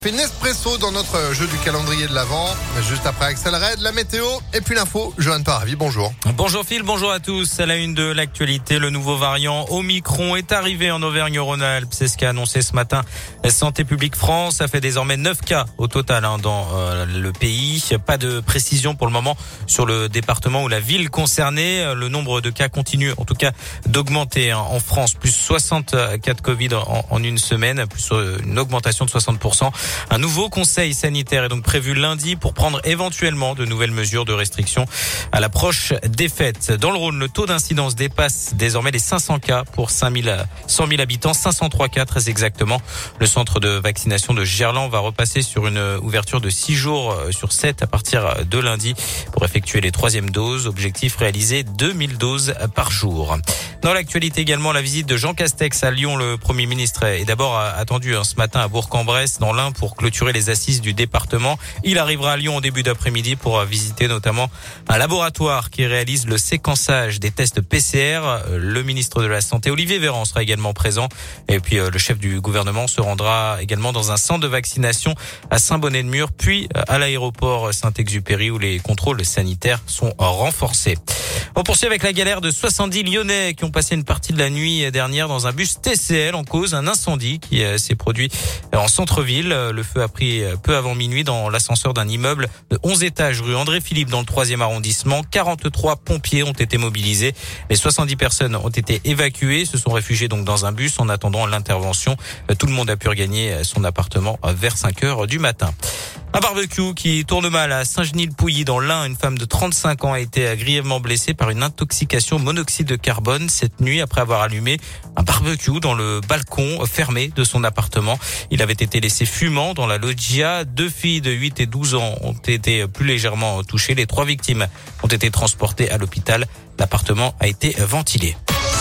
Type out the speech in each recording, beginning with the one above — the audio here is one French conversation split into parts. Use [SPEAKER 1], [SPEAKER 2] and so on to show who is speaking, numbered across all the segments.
[SPEAKER 1] Fait Nespresso dans notre jeu du calendrier de l'Avent. Juste après Axel Red, la météo et puis l'info. Johan Paravi, bonjour.
[SPEAKER 2] Bonjour Phil, bonjour à tous. À la une de l'actualité, le nouveau variant Omicron est arrivé en Auvergne-Rhône-Alpes. C'est ce qu'a annoncé ce matin Santé publique France. Ça fait désormais 9 cas au total dans le pays. Pas de précision pour le moment sur le département ou la ville concernée. Le nombre de cas continue en tout cas d'augmenter en France. Plus 60 cas de Covid en une semaine, plus une augmentation de 60%. Un nouveau conseil sanitaire est donc prévu lundi pour prendre éventuellement de nouvelles mesures de restriction à l'approche des fêtes. Dans le Rhône, le taux d'incidence dépasse désormais les 500 cas pour 100 000 habitants, 503 cas très exactement. Le centre de vaccination de Gerland va repasser sur une ouverture de 6 jours sur 7 à partir de lundi pour effectuer les 3e doses. Objectif réaliser 2000 doses par jour. Dans l'actualité également, la visite de Jean Castex à Lyon. Le Premier ministre est d'abord attendu ce matin à Bourg-en-Bresse dans l'Ain pour clôturer les assises du département. Il arrivera à Lyon en début d'après-midi pour visiter notamment un laboratoire qui réalise le séquençage des tests PCR. Le ministre de la Santé, Olivier Véran, sera également présent. Et puis le chef du gouvernement se rendra également dans un centre de vaccination à Saint-Bonnet-de-Mur, puis à l'aéroport Saint-Exupéry où les contrôles sanitaires sont renforcés. On poursuit avec la galère de 70 Lyonnais qui ont passé une partie de la nuit dernière dans un bus TCL en cause un incendie qui s'est produit en centre-ville. Le feu a pris peu avant minuit dans l'ascenseur d'un immeuble de 11 étages rue André-Philippe dans le 3e arrondissement. 43 pompiers ont été mobilisés. Les 70 personnes ont été évacuées, se sont réfugiées donc dans un bus en attendant l'intervention. Tout le monde a pu regagner son appartement vers 5 heures du matin. Un barbecue qui tourne mal à Saint-Genis-le-Pouilly dans l'Ain. Une femme de 35 ans a été grièvement blessée par une intoxication au monoxyde de carbone cette nuit après avoir allumé un barbecue dans le balcon fermé de son appartement. Il avait été laissé fumant dans la loggia. 2 filles de 8 et 12 ans ont été plus légèrement touchées. Les 3 victimes ont été transportées à l'hôpital. L'appartement a été ventilé.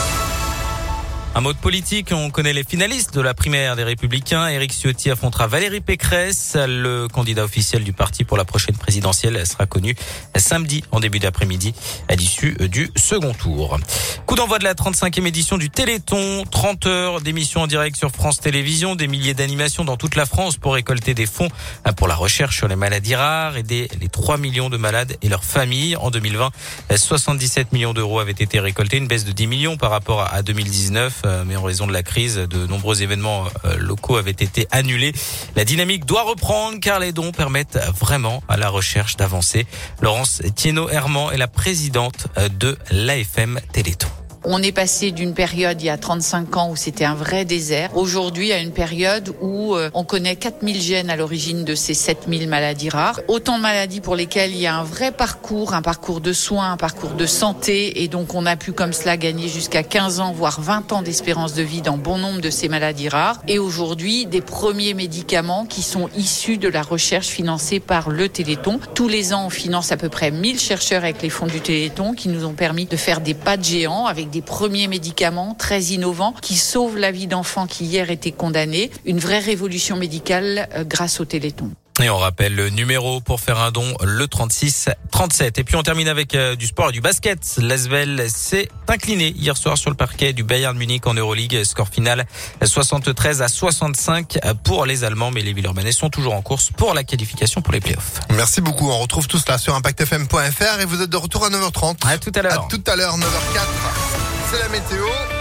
[SPEAKER 2] Un mot de politique, on connaît les finalistes de la primaire des Républicains. Éric Ciotti affrontera Valérie Pécresse. Le candidat officiel du parti pour la prochaine présidentielle sera connu samedi en début d'après-midi à l'issue du second tour. Coup d'envoi de la 35e édition du Téléthon. 30 heures d'émission en direct sur France Télévisions, des milliers d'animations dans toute la France pour récolter des fonds pour la recherche sur les maladies rares, aider les 3 millions de malades et leurs familles. En 2020, 77 millions d'euros avaient été récoltés, une baisse de 10 millions par rapport à 2019. Mais en raison de la crise, de nombreux événements locaux avaient été annulés. La dynamique doit reprendre car les dons permettent vraiment à la recherche d'avancer. Laurence Thienot-Herman est la présidente de l'AFM Téléthon.
[SPEAKER 3] On est passé d'une période il y a 35 ans où c'était un vrai désert. Aujourd'hui, à une période où on connaît 4000 gènes à l'origine de ces 7000 maladies rares. Autant de maladies pour lesquelles il y a un vrai parcours, un parcours de soins, un parcours de santé. Et donc, on a pu comme cela gagner jusqu'à 15 ans, voire 20 ans d'espérance de vie dans bon nombre de ces maladies rares. Et aujourd'hui, des premiers médicaments qui sont issus de la recherche financée par le Téléthon. Tous les ans, on finance à peu près 1000 chercheurs avec les fonds du Téléthon qui nous ont permis de faire des pas de géants avec des premiers médicaments très innovants qui sauvent la vie d'enfants qui hier étaient condamnés. Une vraie révolution médicale grâce au Téléthon.
[SPEAKER 2] Et on rappelle le numéro pour faire un don, le 36-37. Et puis on termine avec du sport et du basket. L'Asvel s'est incliné hier soir sur le parquet du Bayern Munich en Euroleague. Score final 73-65 pour les Allemands. Mais les Villeurbanais sont toujours en course pour la qualification pour les playoffs.
[SPEAKER 1] Merci beaucoup. On retrouve tout cela sur ImpactFM.fr et vous êtes de retour à 9h30.
[SPEAKER 2] À tout à l'heure.
[SPEAKER 1] À tout à l'heure, 9h04. C'est la météo.